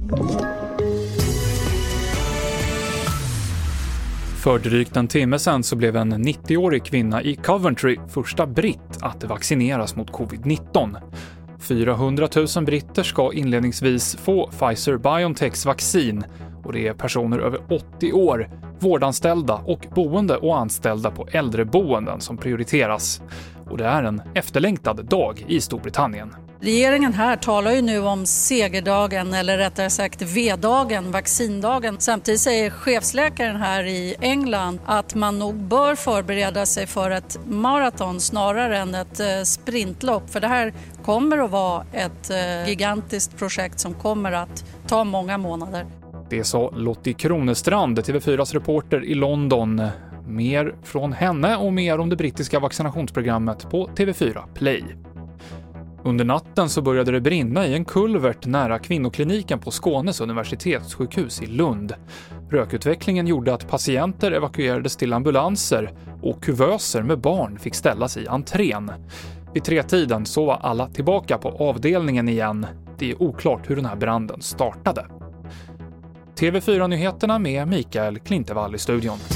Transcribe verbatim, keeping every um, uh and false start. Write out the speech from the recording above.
För drygt en timme sedan så blev en nittioårig kvinna i Coventry första britt att vaccineras mot covid nitton. fyrahundratusen britter ska inledningsvis få Pfizer-BioNTechs vaccin och det är personer över åttio år, vårdanställda och boende och anställda på äldreboenden som prioriteras. Och det är en efterlängtad dag i Storbritannien. Regeringen här talar ju nu om segerdagen, eller rättare sagt V-dagen, vaccindagen. Samtidigt säger chefsläkaren här i England att man nog bör förbereda sig för ett maraton snarare än ett sprintlopp. För det här kommer att vara ett gigantiskt projekt som kommer att ta många månader. Det sa Lottie Kronestrand, T V fyras reporter i London. Mer från henne och mer om det brittiska vaccinationsprogrammet på T V fyra Play. Under natten så började det brinna i en kulvert nära kvinnokliniken på Skånes universitetssjukhus i Lund. Rökutvecklingen gjorde att patienter evakuerades till ambulanser och kuvöser med barn fick ställas i entrén. Vid tretiden så var alla tillbaka på avdelningen igen. Det är oklart hur den här branden startade. T V fyra-nyheterna med Mikael Klintevall i studion.